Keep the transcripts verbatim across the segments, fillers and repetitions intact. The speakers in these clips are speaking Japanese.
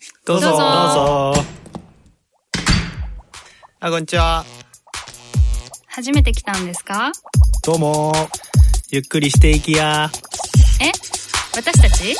どうぞどうぞ。あ、こんにちは。 初めて来たんですか？ どうも。ゆっくりしていきや。 え？私たち？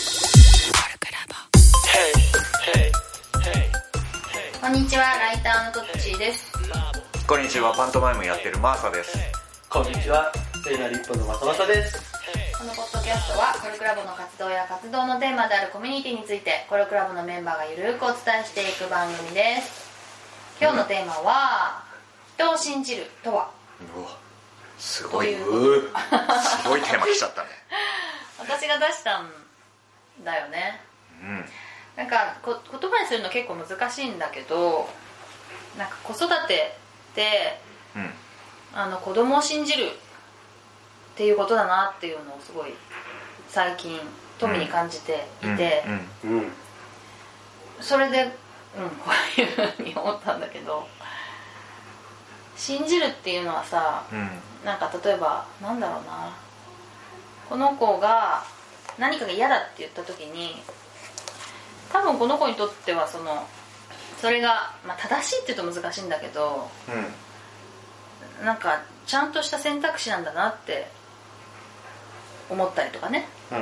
こんにちは、ライターのトッチーです。 こんにちは、パントマイムやってるマーサです。 こんにちは、聖なる一歩のまさまさです。 このポッドキャストはコルクラボの活動や活動のテーマであるコミュニティについてコルクラボのメンバーがゆるくお伝えしていく番組です。今日のテーマは、人を信じるとは。 うわ、すごい、うすごいテーマ来ちゃったね。 私が出したんだよね。 うん。 なんかこ言葉にするの結構難しいんだけど、なんか子育てで、うん、あの子供を信じるっていうことだなっていうのをすごい最近富に感じていて、うんうんうん、それで、うん、こういうふうに思ったんだけど、信じるっていうのはさ、うん、なんか例えばなんだろうな、この子が何かが嫌だって言った時に、多分この子にとってはそのそれが、まあ、正しいって言うと難しいんだけど、うん、なんかちゃんとした選択肢なんだなって思ったりとかね、うん、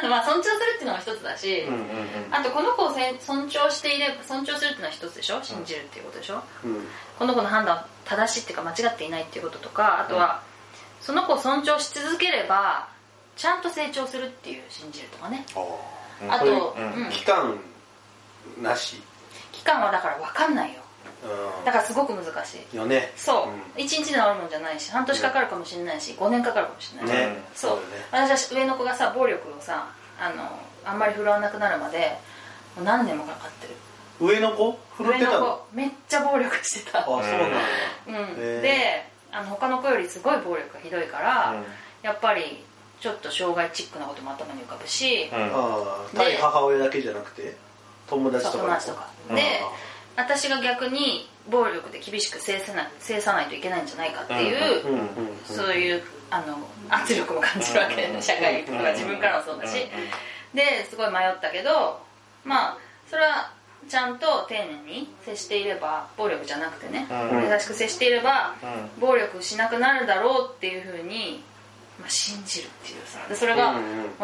まあ尊重するっていうのが一つだし、うんうんうん、あとこの子を尊重していれば尊重するっていうのは一つでしょ、信じるっていうことでしょ、うん、この子の判断は正しいっていうか間違っていないっていうこととか、あとは、うん、その子を尊重し続ければちゃんと成長するっていう信じるとかね、あと、うんうん、 期間なし、 期間はだから分かんないよ、うん、だからすごく難しいよね。そう、うん、いちにちで治るもんじゃないし、半年かかるかもしれないし、ごねんかかるかもしれないし、ね、そう、そうね、私は上の子がさ、暴力をさ、あのあんまり振るわなくなるまでもう何年もかかってる。 上の子振るってたの？上の子めっちゃ暴力してた。あ、そうなんだ、うん、で、あの他の子よりすごい暴力がひどいから、うん、やっぱりちょっと障害チックなことも頭に浮かぶし、うん、 あ、対母親だけじゃなくて友達とか、友達とかで、私が逆に暴力で厳しく制さない、制さないといけないんじゃないかっていう、うんうん、そういうあの圧力も感じるわけで、うん、社会とか自分からもそうだし、うん、ですごい迷ったけど、まあそれはちゃんと丁寧に接していれば、暴力じゃなくてね、うん、優しく接していれば、うん、暴力しなくなるだろうっていうふうに、まあ、信じるっていうさ、でそれが、うんうん、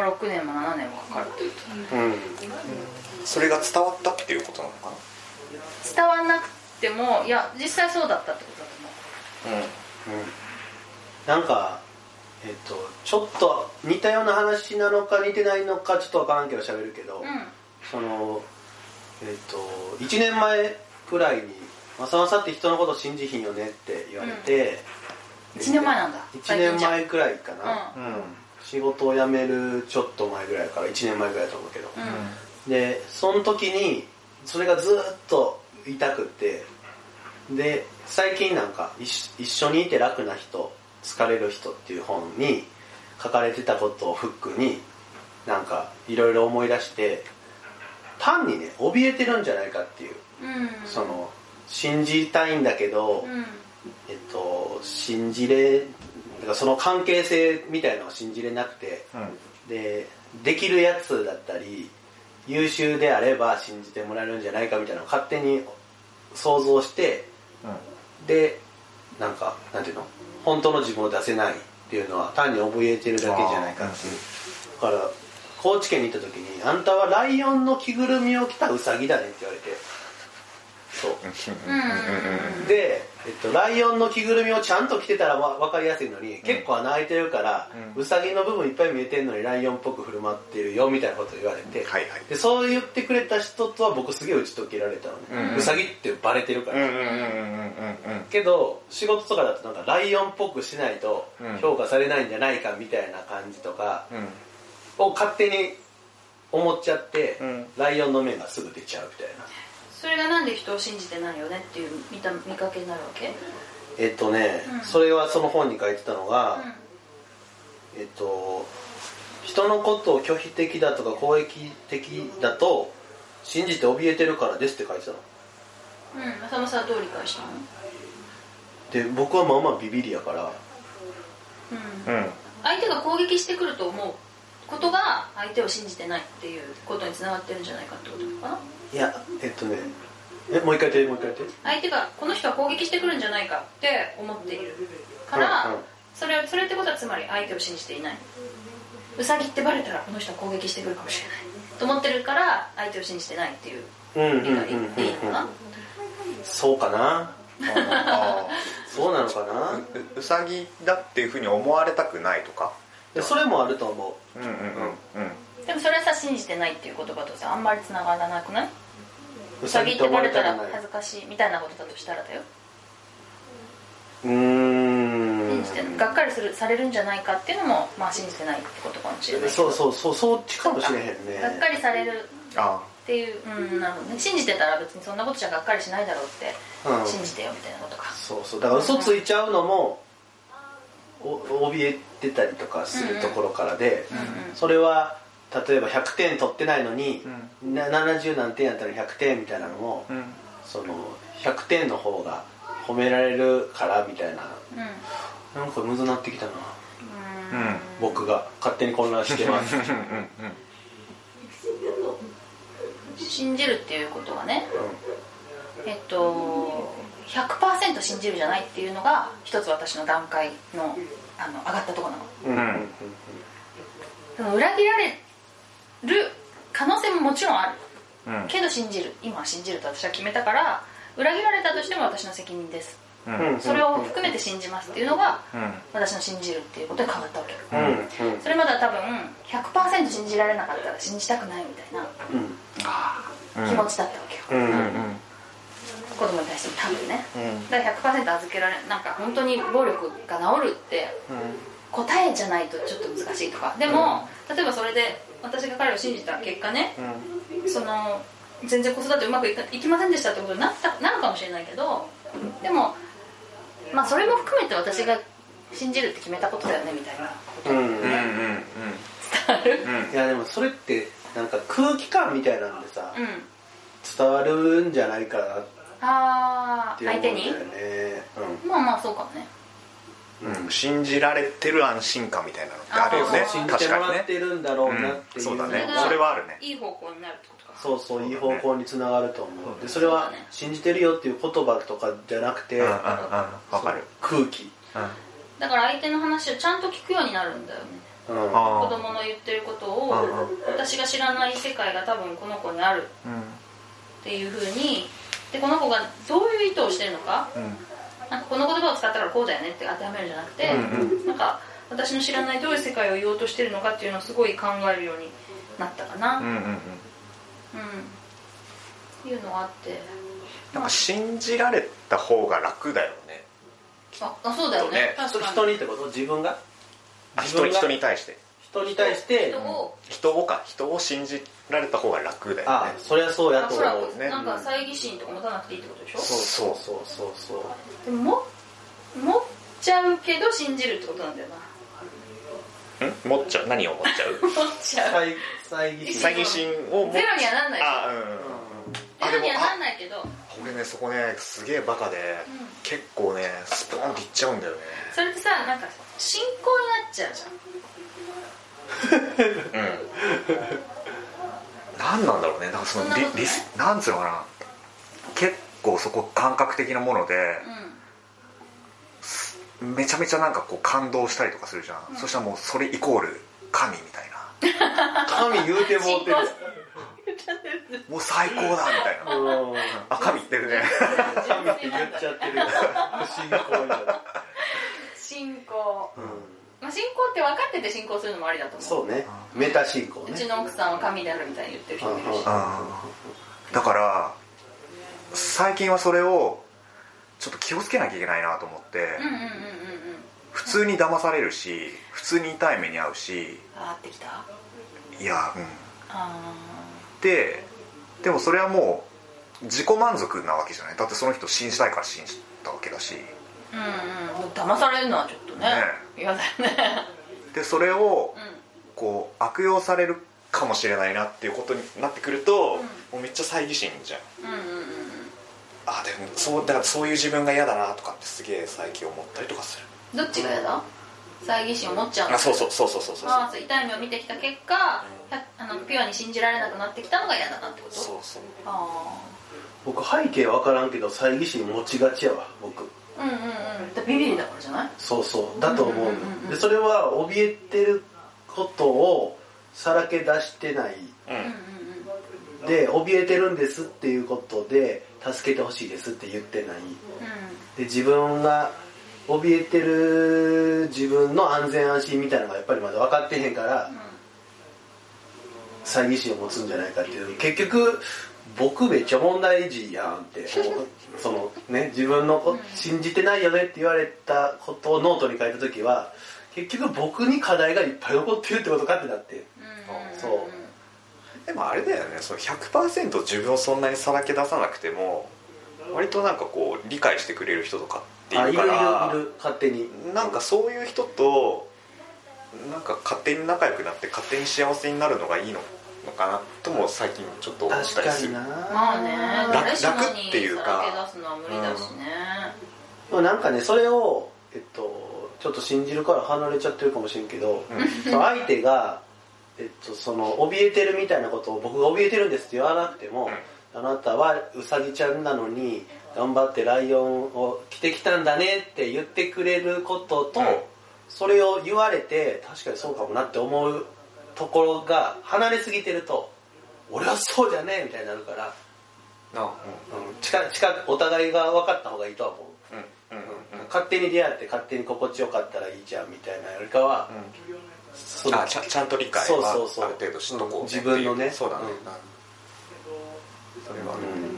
ろくねんもななねんもかかるっていう、うん、 それが伝わったっていうことなのかな。 伝わんなくても、いや実際そうだったってことだと思う、 うんうん、なんかえっとちょっと似たような話なのか似てないのかちょっと分からんけど喋るけど、うん、そのえっといちねんまえくらいに「まさまさって人のこと信じひんよね」って言われて、 うん、いちねんまえなんだ。 いちねんまえくらいかな、うんうん、仕事を辞めるちょっと前ぐらいからいちねんまえぐらいだと思うけど、うん、でその時にそれがずっと痛くて、で最近なんか一緒にいて楽な人、疲れる人っていう本に書かれてたことをフックになんかいろいろ思い出して、単にね怯えてるんじゃないかっていう、うん、その信じたいんだけど、うん、えっと信じれだからその関係性みたいなのが信じれなくて、うん、でできるやつだったり優秀であれば信じてもらえるんじゃないかみたいなのを勝手に想像して、うん、でなんかなんていうの、本当の自分を出せないっていうのは単に怯えてるだけじゃないかっていう。だから高知県に行った時に、あんたはライオンの着ぐるみを着たウサギだねって言われて、そうで、えっと、ライオンの着ぐるみをちゃんと着てたら分かりやすいのに、うん、結構穴開いてるから、うん、ウサギの部分いっぱい見えてるのにライオンっぽく振る舞ってるよみたいなことを言われて、はいはい、でそう言ってくれた人とは僕すげえ打ち解けられたのね、うん、ウサギってバレてるから、けど仕事とかだとなんかライオンっぽくしないと評価されないんじゃないかみたいな感じとかを勝手に思っちゃって、うん、ライオンの目がすぐ出ちゃうみたいな。 それがなんで人を信じてないよねっていう見た見かけになるわけ？ えっとね、うん、それはその本に書いてたのが、うん、えっと人のことを拒否的だとか攻撃的だと信じて怯えてるからですって書いてたの。 うん、浅間さんはどう理解したの？ で僕はまあまあビビりやから、 うんうん、相手が攻撃してくると思うことが相手を信じてないっていうことにつながってるんじゃないかってことかな。 いやえっとねえもう一回言ってもう一回言って。 相手がこの人は攻撃してくるんじゃないかって思っているから、うんうん、それそれってことはつまり相手を信じていない。ウサギってバレたらこの人は攻撃してくるかもしれないと思ってるから相手を信じてないっていう理解でいいのかな。 そうかなあそうなのかな。 う, うさぎだっていうふうに思われたくないとかそれもあると思う。 うんうんうんうん。 でもそれはさ信じてないっていう言葉とさあんまりつながらなくない？ウサギってバレたら恥ずかしいみたいなことだとしたらだよ。 うーん信じてないがっかりするされるんじゃないかっていうのもまあ信じてないってことかもしれないけど。 そうそうそうそっちかもしれへんね。 がっかりされるっていううんなるほどね。信じてたら別にそんなことじゃがっかりしないだろうって、うん、信じてよみたいなことか。 そうそうだから嘘ついちゃうのも、うん、お怯えてたりとかするところからで、うんうん、それは例えばひゃくてん取ってないのに、うん、ななじゅう何点やったらひゃくてんみたいなのも、うん、そのひゃくてんの方が褒められるからみたいな、うん、なんかむずなってきたな、うん、僕が勝手に混乱してます信じるっていうことはね、うん、えっと ひゃくパーセント 信じるじゃないっていうのが一つ私の段階の、あの上がったところなの、うん、でも裏切られる可能性ももちろんある、うん、けど信じる今は信じると私は決めたから裏切られたとしても私の責任です、うん、それを含めて信じますっていうのが、うん、私の信じるっていうことに変わったわけ、うん、それまでは多分 ひゃくパーセント 信じられなかったら信じたくないみたいな、うん、気持ちだったわけよ、うんうんうん、子供に対して多分ね、うん、だから ひゃくパーセント 預けられなんか本当に暴力が治るって答えじゃないとちょっと難しいとかでも、うん、例えばそれで私が彼を信じた結果ね、うん、その全然子育てうまくいきませんでしたってことになったなるかもしれないけどでもまあそれも含めて私が信じるって決めたことだよねみたいなこと、うんうんうんうん、伝わる、 うん、いやでもそれってなんか空気感みたいなんでさ、うん、伝わるんじゃないかなって思うんだよね。相手に、うん、まあまあそうかもね、 うん、信じられてる安心感みたいなのってあるよね。 信じてもらってるんだろうなっていう、 うん、そうだね。それはあるね。 いい方向になるってことか。 そうそういい方向につながると思う。でそれは信じてるよっていう言葉とかじゃなくて、うんうんうん、 わかる。 空気、うん、 だから相手の話をちゃんと聞くようになるんだよね、うん、子供の言ってることを、うん、私が知らない世界が多分この子にあるっていう風にでこの子がどういう意図をしてるのか、うん、なんかこの言葉を使ったからこうだよねって当てはめるんじゃなくて、うんうん、なんか私の知らないどういう世界を言おうとしてるのかっていうのをすごい考えるようになったかな、うんうんうんうん、っていうのがあってなんか信じられた方が楽だよね。 ああそうだよね。ね確かに人にってこと自分が自分が 人, 人に対して人に対して人を人をか人を信じられた方が楽だよね。 あそりゃそうやと思うね。 なんか猜疑心とか持たなくていいってことでしょ。 そうそうそうそうそうでも持っちゃうけど信じるってことなんだよな。 ん持っちゃう何を持っちゃう持っちゃう猜疑心猜疑心をゼロにはなんない。 あうん、うん、 ゼロにはなんないけど俺ねそこねすげえバカで、うん、結構ねスポーンっていっちゃうんだよね。 それってさなんか信仰になっちゃうじゃんうん、何なんだろうね。なんかそのリリスなんつうのかな結構そこ感覚的なもので、うん、めちゃめちゃなんかこう感動したりとかするじゃん、うん、そしたらもうそれイコール神みたいな神言うてもうてるもう最高だみたいなあ神言ってるね神って言っちゃってる信仰になる信仰、うんまあ、信仰って分かってて信仰するのもありだと思う。 そうねメタ信仰ね。 うちの奥さんは神であるみたいに言ってる人もいるしだから最近はそれをちょっと気をつけなきゃいけないなと思って、うんうんうんうん、普通に騙されるし普通に痛い目に遭うしあってきたいやうんあででもそれはもう自己満足なわけじゃない。だってその人信じたいから信じたわけだしうんうん、騙されるのはちょっとね嫌、ね、だよねでそれをこう悪用されるかもしれないなっていうことになってくると、うん、もうめっちゃ猜疑心じゃん、うんうんうん、あでもそうだからそういう自分が嫌だなとかってすげえ最近思ったりとかする。 どっちが嫌だ？ 猜疑心を持っちゃうんだ。 あ、そうそうそうそうそうそう。 ああ、痛い目を見てきた結果、うん、あのピュアに信じられなくなってきたのが嫌だなってこと。 そうそう。 あ僕背景分からんけど猜疑心持ちがちやわ僕。 うんうんうん。ビビりだからじゃない？ そうそうだと思う、うんうんうんうん、でそれは怯えてることをさらけ出してない、うん、で怯えてるんですっていうことで助けてほしいですって言ってない、うん、で自分が怯えてる自分の安全安心みたいなのがやっぱりまだ分かってへんから、うん、猜疑心を持つんじゃないかっていう。結局僕めっちゃ問題児やんってそのね自分のこ信じてないよねって言われたことをノートに書いた時は結局僕に課題がいっぱい残ってるってことかってなって、うん、そうでもあれだよね、その ひゃくパーセント 自分をそんなにさらけ出さなくても割となんかこう理解してくれる人とかっていうから、 いるいるいる勝手になんかそういう人となんか勝手に仲良くなって勝手に幸せになるのがいいののかなとも最近ちょっと思ったりする。 まあね、 楽っていうかさらけ出すのは無理だしね、 うん、でもなんかねそれを、えっと、ちょっと信じるから離れちゃってるかもしれんけど、うん、その相手が、えっと、その怯えてるみたいなことを僕が怯えてるんですって言わなくても、うん、あなたはウサギちゃんなのに頑張ってライオンを着てきたんだねって言ってくれることと、うん、それを言われて確かにそうかもなって思うところが離れすぎてると俺はそうじゃねえみたいになるから、うんうん、近近お互いが分かった方がいいとは思う、うんうんうん、勝手に出会って勝手に心地よかったらいいじゃんみたいなよりかは、 うん、あ ち, ゃちゃんと理解はある程度しとこう、ね、 自分のねそうだね、うん、 それは、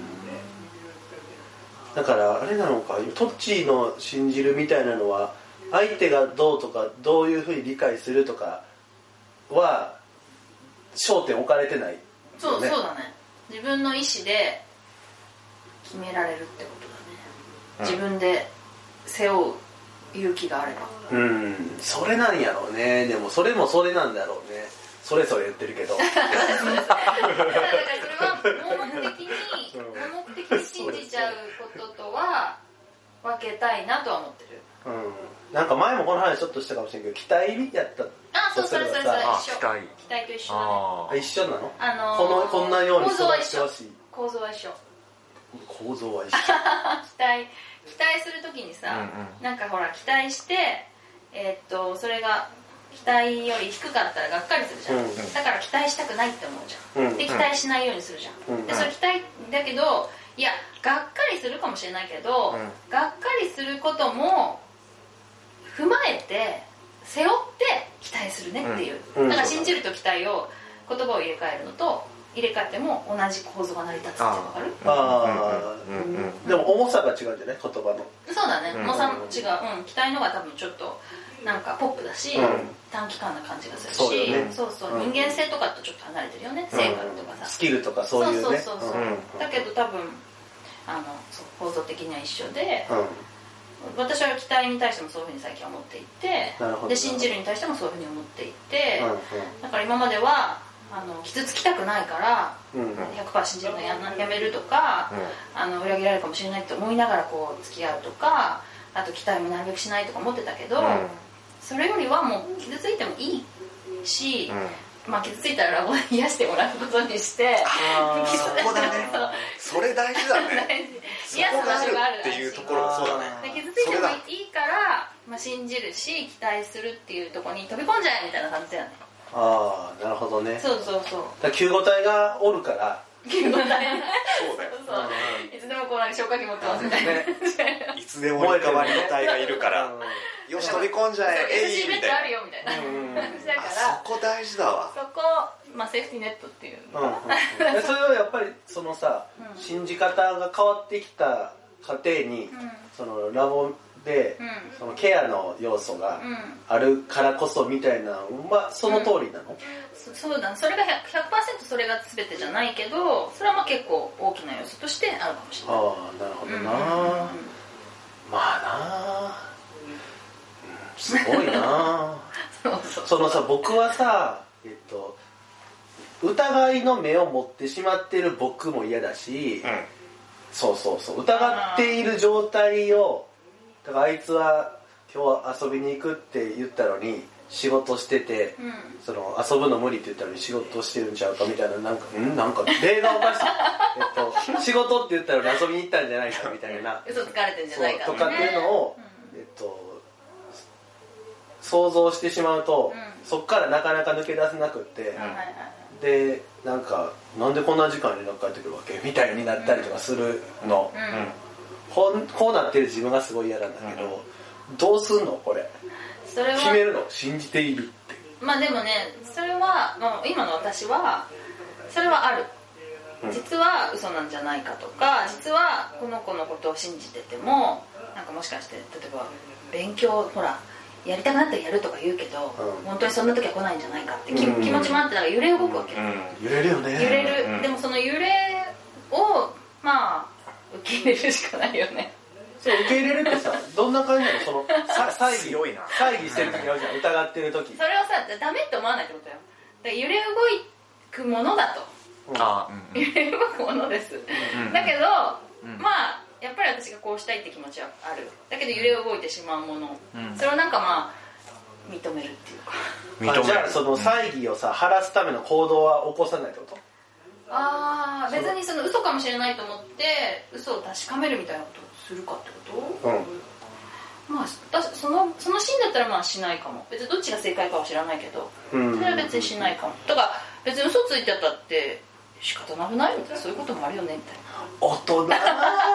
うん、だからあれなのかトッチーの信じるみたいなのは相手がどうとかどういうふうに理解するとかは焦点置かれてない、ね、 そうそうだね。自分の意思で決められるってことだね、うん、自分で背負う勇気があれば。うんそれなんやろうね。でもそれもそれなんだろうね。それぞれ言ってるけどだからそれは盲目的に盲目的に信じちゃうこととは分けたいなとは思ってる。 うん、なんか前もこの話ちょっとしたかもしれんけど期待やったあそうそれそれそれ一緒期待期待と一緒だね。 あ一緒なの、 あのー、 このこんなように育ってほしい。 構造は一緒構造は一緒期待期待するときにさ、うんうん、なんかほら期待してえー、っとそれが期待より低かったらがっかりするじゃん、うんうん、だから期待したくないって思うじゃん、うんうん、で期待しないようにするじゃん、うんうん、でそれ期待だけどいやがっかりするかもしれないけど、うん、がっかりすることも踏まえて背負って期待するねっていう、うんうん、だから信じると期待を言葉を入れ替えるのと入れ替えても同じ構造が成り立つって分かる？ ああ、うんうん、でも重さが違うんじゃない言葉の。 そうだね、重さも違う、うん、期待のが多分ちょっとなんかポップだし、うん、短期間な感じがするし、そうよね、そうそう、うん、人間性とかとちょっと離れてるよね、性格とかさ、 スキルとかそういうね、 そうそうそうそう、うん、だけど多分あのそう構造的には一緒で、うん、私は期待に対してもそういうふうに最近は思っていて、で信じるに対してもそういうふうに思っていて、うんうん、だから今まではあの傷つきたくないから、うん、ひゃくパーセント 信じるの や, やめるとか、うん、あの裏切られるかもしれないって思いながらこう付き合うとか、あと期待もなるべくしないとか思ってたけど、うん、それよりはもう傷ついてもいいし、うん、まあ傷ついたらラボで癒してもらうことにして、 あそこだねそれ大事だね癒す場所があるっていうところがそうだね。 で傷ついてもいいから、まあ、信じるし期待するっていうところに飛び込んじゃえみたいな感じだよね。 ああなるほどね。 そうそうそう。 だ救護隊がおるから救護隊そうだよそう、 うん、いつでもこうなんか消火器持ってますみたいな、ね、 いつでもリカバリー隊がいるから、うん、よし飛び込んじゃええいみたいなあるよみたいな感じだから、 そこ大事だわ。 そこ、まあ、セーフティーネットっていうのかな、 うんうん、それはやっぱりそのさ、うん、信じ方が変わってきた過程に、うん、そのラボで、うん、そのケアの要素があるからこそみたいなのはその通りなの、うん、 そ, そうだそれが ひゃくパーセント それが全てじゃないけど、それはまあ結構大きな要素としてあるかもしれない。 ああなるほどな、うんうんうん、まあな、うん、すごいなそうそうそのさ僕はさ、えっと、疑いの目を持ってしまってる僕も嫌だし、うん、そうそうそう疑っている状態をだからあいつは今日は遊びに行くって言ったのに仕事してて、うん、その遊ぶの無理って言ったのに仕事してるんちゃうかみたいな、なんかんなんか例がおかしいえっと仕事って言ったのに遊びに行ったんじゃないかみたいな嘘つかれてんじゃないかとかっていうのを、うん、えっと想像してしまうと、うん、そっからなかなか抜け出せなくって、うん、でなんかなんでこんな時間に連絡返ってくるわけみたいになったりとかするの、うんうん、こう、こうなってる自分がすごい嫌なんだけど、うん、どうすんのこれそれは決めるの信じているってまあでもねそれは、まあ、今の私はそれはある、うん、実は嘘なんじゃないかとか実はこの子のことを信じててもなんかもしかして例えば勉強ほらやりたくなったらやるとか言うけど、うん、本当にそんな時は来ないんじゃないかって気、うん、気持ちもあってなんか揺れ動くわけ、うん、 揺れるよね揺れる、うん、でもその揺れをまあ受け入れるしかないよねそう受け入れるってさどんな感じなのその猜疑猜疑してる時あるじゃん疑ってる時それをさダメって思わないってことよだから揺れ動くものだと、 うん、あ、 うん、揺れ動くものです、うん、だけど、うん、まあやっぱり私がこうしたいって気持ちはあるだけど揺れ動いてしまうもの、うん、それをなんかまあ認めるっていうか認めるじゃあその猜疑をさ晴らすための行動は起こさないってこと？ ああ別にその嘘かもしれないと思って嘘を確かめるみたいなことをするかってこと？うんまあそのそのシーンだったらまあしないかも別にどっちが正解かは知らないけど、うん、それは別にしないかもとか別に嘘ついてたって仕方なくないみたいなそういうこともあるよねみたいな大人いや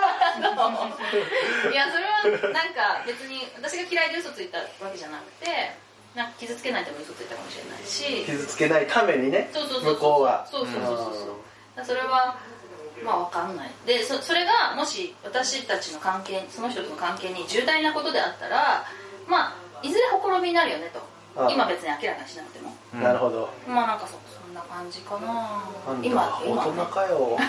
それはなんか別に私が嫌いで嘘ついたわけじゃなくてなんか傷つけないために嘘ついたかもしれないし傷つけないためにねそうそうそう向こうはそうそうそうそうそうそれはまあ分かんないで そ, それがもし私たちの関係その人との関係に重大なことであったらまあいずれほころびになるよねと今別に明らかにしなくても、 うん、なるほどまあなんか そ, そんな感じかな今今大人かよ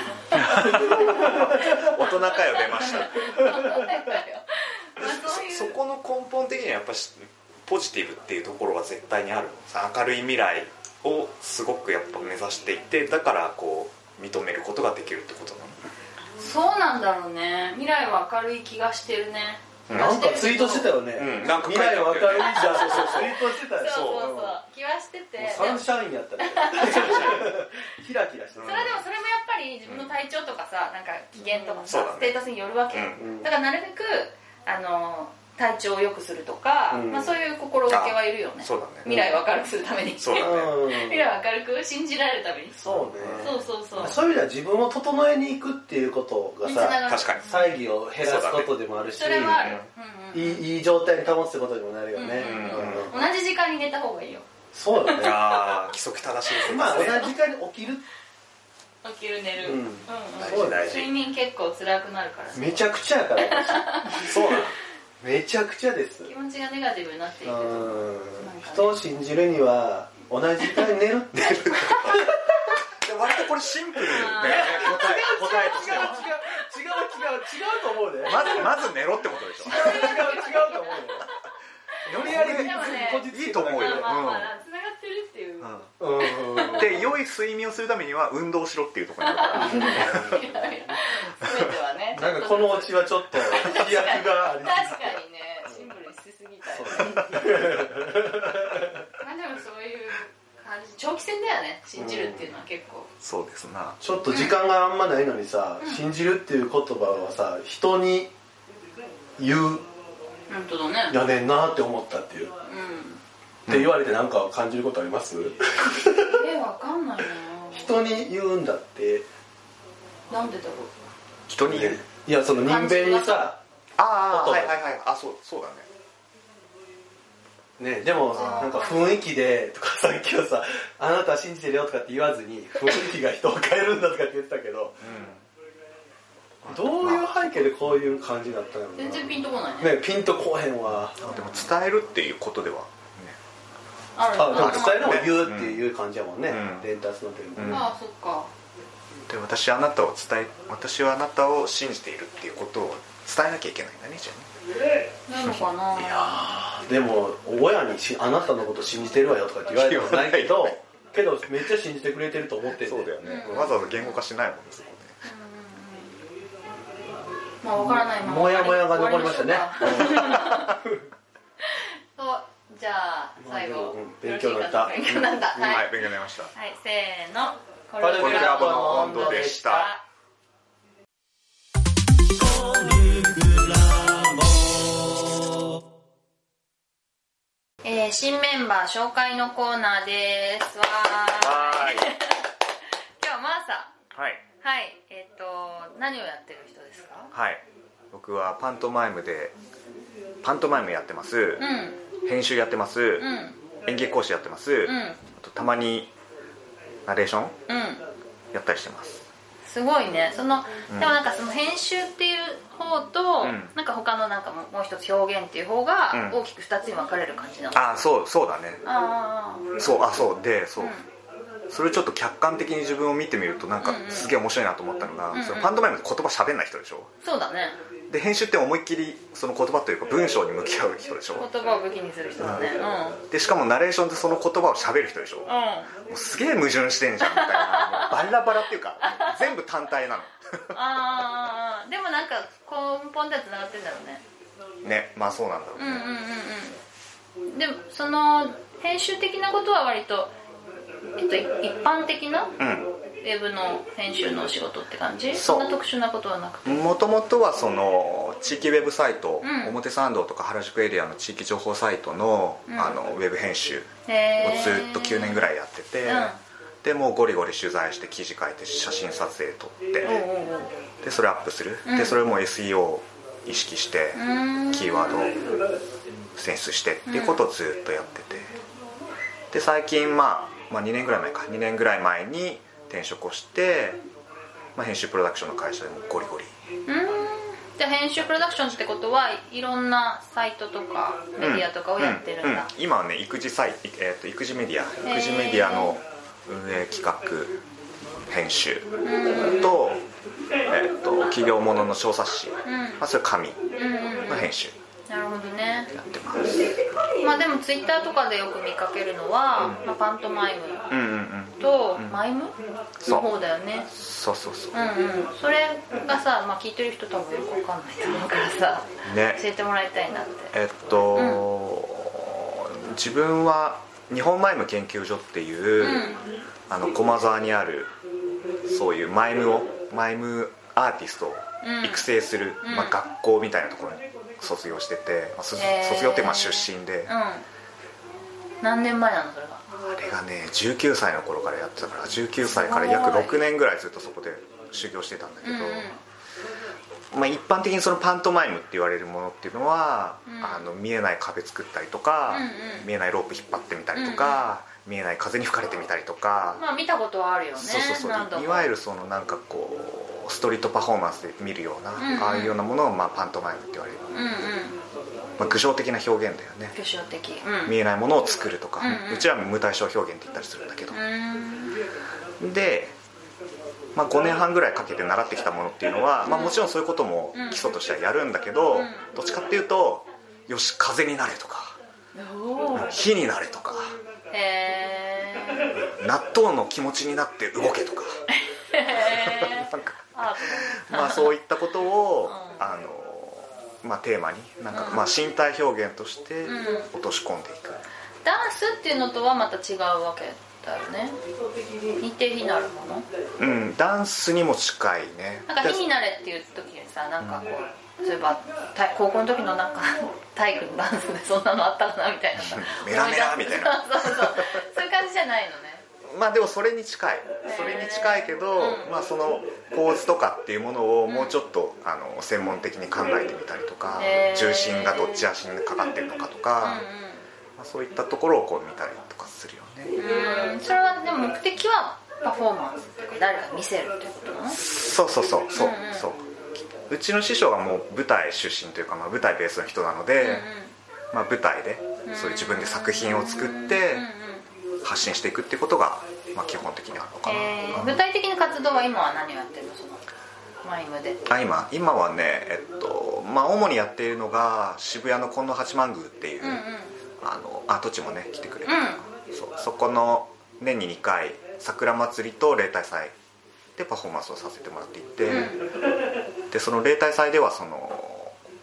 大人かよ出ました大人かよ、まあ、 そういう そ, そこの根本的にはやっぱポジティブっていうところは絶対にある明るい未来をすごくやっぱ目指していてだからこう認めることができるってことなのそうなんだろうね未来は明るい気がしてるねなんかツイートしてたよね、うん、なんか未来は明るいじゃんそうそうツイートしてたよそうそうそう気はしててサンシャインやったねキラキラしてそれはでもそれもやっぱり自分の体調とかさなんか機嫌とかさ、うん、ステータスによるわけ、うん、だからなるべくあの体調を良くするとか、うんまあ、そういう心がけはいるよね。 そうだね。 未来を明るくするために。 そうだね。 未来を明るく信じられるために。 そうね。 そうそうそう。 そういう意味では自分を整えに行くっていうことがさ、 確かに猜疑を減らすことでもあるし、 それはある。 いい、いい状態に保つってことにもなるよね。 同じ時間に寝た方がいいよ。 そうだね。 ああ、規則正しいですね。 まあ同じ時間に起きる。 起きる寝る。 うん。そう大事。 睡眠結構辛くなるから。 めちゃくちゃやから。そうなの。めちゃくちゃです。 気持ちがネガティブになっていく。 人を信じるには同じ時間に寝るって割とこれシンプルだよね。答え答えとしては。 違う違う違う違うと思うで。 まずまず寝ろってことでしょ。 違う違う違うと思うで。よりやりいいと思うよ。 まあまあつながってるっていう。 で良い睡眠をするためには運動しろっていうところになるから。 全てはね。 なんかこのオチはちょっと飛躍があり確かにねシンプルにしすぎたよね。まあでもそういう感じ長期戦だよね信じるっていうのは結構。 そうですな。 ちょっと時間があんまないのにさ、うん、信じるっていう言葉はさ人に言う。 本当だね。 やねんなって思ったっていう。うん。って言われて何か感じることあります？ え、わかんないな。 人に言うんだって。 なんでだろう。 人に言う。 いやその人弁にさ。 ああはいはいはい。あそうそうだね。ねでもなんか雰囲気でとかさっきはさあなたは信じてるよとかって言わずに雰囲気が人を変えるんだとかって言ってたけど。うんどういう背景でこういう感じだったのかな。 全然ピンとこないね。 ねピンとこへんわ。 でも伝えるっていうことではね。 あでも伝えるのを言うっていう感じやもんね。伝達の点で。ああそっか。 で私あなたを伝え私はあなたを信じているっていうことを伝えなきゃいけないんだねじゃあね。なのかな。 いやでも親にしあなたのこと信じてるわよとかって言われてもないけどけどめっちゃ信じてくれてると思ってる。 そうだよね。わざわざ言語化しないもんです。 まあ、わからないままもやもやが残りましたねじゃあ最後、 うん、勉強になった勉強になった、 はい、はい、勉強になりました。 はい、せーの、 コルクラボの温度でした。 えー、新メンバー紹介のコーナーです。わーい。今日はマーサ。 はい。 はい。えっ、ー、と何をやってる人ですか？ はい。僕はパントマイムでパントマイムやってます。うん。編集やってます。うん。演劇講師やってます。うん。あとたまにナレーション、うん、やったりしてます。 すごいね。その、うん、でもなんかその編集っていう方と、うん、なんか他のなんかもう一つ表現っていう方が大きく二つに分かれる感じなの、うん、 ああそうそうだね。 ああそうあそうでそう、うん、それちょっと客観的に自分を見てみるとなんかすげえ面白いなと思ったのが、うんうん、そのパントマイムって言葉喋んない人でしょ。 そうだね。 で編集って思いっきりその言葉というか文章に向き合う人でしょ。 言葉を武器にする人だね、 うん、でしかもナレーションってその言葉を喋る人でしょ、うん、もうすげえ矛盾してんじゃんみたいなバラバラっていうか全部単体なのああでもなんか根本ではつながってんだろうね。 ね、まあそうなんだろうね。 うんうんうんうん。でもその編集的なことは割と、えっと、一般的な、うんウェブの編集のお仕事って感じ？ そ, そんな特殊なことはなくて、 もともとはその地域ウェブサイト、うん、表参道とか原宿エリアの地域情報サイト の,、うん、あのウェブ編集をずっときゅうねんぐらいやってて、うん、でもうゴリゴリ取材して記事書いて写真撮影撮って、うん、でそれアップする、うん、でそれも エスイーオー を意識して、うん、キーワードを選出してっていうことをずっとやってて、で最近、まあ、まあにねんぐらい前かにねんぐらい前に転職をして、まあ、編集プロダクションの会社でもゴリゴリ。 うーんじゃあ編集プロダクションってことはいろんなサイトとかメディアとかをやってるんだ、うんうんうん、 今はね育児サイト、えー、と育児メディア育児メディアの運営企画編集と、えー、と企業ものの小冊子、うんまあ、それ紙の編集、 なるほどね。 やってます。 まあでもツイッターとかでよく見かけるのは、うんまあ、パントマイムと、うんうんうん、マイムの方だよね。 そうそうそう。 うんうん。それがさ、まあ聞いてる人多分よくわかんないと思うからさ、ね、教えてもらいたいなって。 えっと、うん、自分は日本マイム研究所っていう、うん、あの駒沢にあるそういうマイムをマイムアーティストを育成する、うんまあ、学校みたいなところに卒業してて、まあ、卒業ってまあ出身で、うん、 何年前なのそれが？ あれがねじゅうきゅうさいの頃からやってたからじゅうきゅうさいから約ろくねんぐらいずっとそこで修行してたんだけど、うんうんまあ、一般的にそのパントマイムって言われるものっていうのは、うん、あの見えない壁作ったりとか、うんうん、見えないロープ引っ張ってみたりとか、うんうん、見えない風に吹かれてみたりとか、 まあ見たことはあるよね。 そうそうそういわゆるそのなんかこうストリートパフォーマンスで見るような、うんうん、ああいうようなものをまあパントマイムって言われる、うんうんまあ、具象的な表現だよね。 具象的、 うん、見えないものを作るとか、うんうん、うちらも無対象表現って言ったりするんだけど、うん、で、まあ、ごねんはんぐらいかけて習ってきたものっていうのは、まあ、もちろんそういうことも基礎としてはやるんだけど、うん、どっちかっていうとよし風になれとか火になれとかへ納豆の気持ちになって動けとかなんかまあそういったことを、うんあのまあ、テーマになんか、まあ、身体表現として落とし込んでいく、うん、 ダンスっていうのとはまた違うわけだよね。似て非なるもの、 うんダンスにも近いね。 なんか非になれっていう時にさなんかこう、うん、例えば高校の時のなんか体育のダンスでそんなのあったかなみたいなさメラメラみたいなそうそうそうそういう感じじゃないのね。 まあでもそれに近いそれに近いけど、うんまあ、その構図とかっていうものをもうちょっと、うん、あの専門的に考えてみたりとか、重心がどっち足にかかってるのかとか、うんうんまあ、そういったところをこう見たりとかするよね。 うんそれはでも目的はパフォーマンスっていうか誰か見せるっていうことなの？ そうそうそうそう、うんうん、そううちの師匠がもう舞台出身というか、まあ、舞台ベースの人なので、うんうんまあ、舞台でそういう自分で作品を作って、うんうん発信していくっていうことが、まあ、基本的にあるのかな、 えー、具体的な活動は今は何をやってるのそのマイムで？ あ 今, 今はね、えっとまあ、主にやっているのが渋谷の金王八幡宮っていう、うんうん、あのあ土地もね来てくれる、うん、そ, そこの年ににかい桜祭りと例大祭でパフォーマンスをさせてもらっていて、うん、でその例大祭ではその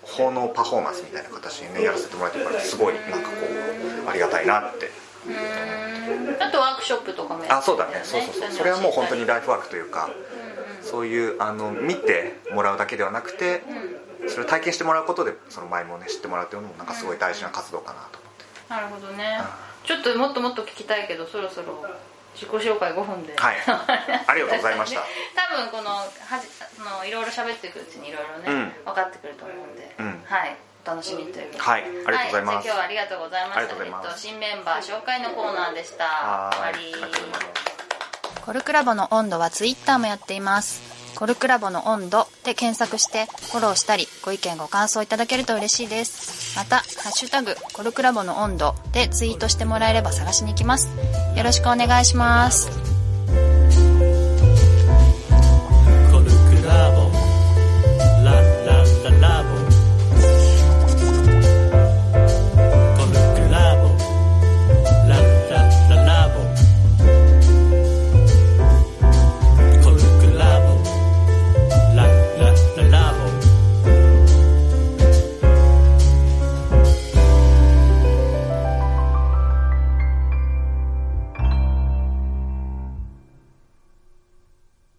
奉納パフォーマンスみたいな形にねやらせてもらってるからすごいなんかこうありがたいなって。 うーんあとワークショップとかもやってるんだよね。 あそうだねそうそうそうそれはもう本当にライフワークというか、うんうん、そういうあの見てもらうだけではなくて、うん、それを体験してもらうことでその前もね知ってもらうっていうのもなんかすごい大事な活動かなと思って、 うんうん、なるほどね、うん、ちょっともっともっと聞きたいけどそろそろ自己紹介ごふんで、 はい、ありがとうございました多分このはじのいろいろ喋っていくうちにいろいろね、うん、分かってくると思うんで、うん、はいお楽しみということで、 はい、ありがとうございます、 はい、じゃあ今日はありがとうございました。えっと、新メンバー紹介のコーナーでした。終わり。コルクラボの温度はツイッターもやっています。コルクラボの温度で検索してフォローしたりご意見ご感想いただけると嬉しいです。またハッシュタグコルクラボの温度でツイートしてもらえれば探しに行きます。よろしくお願いします。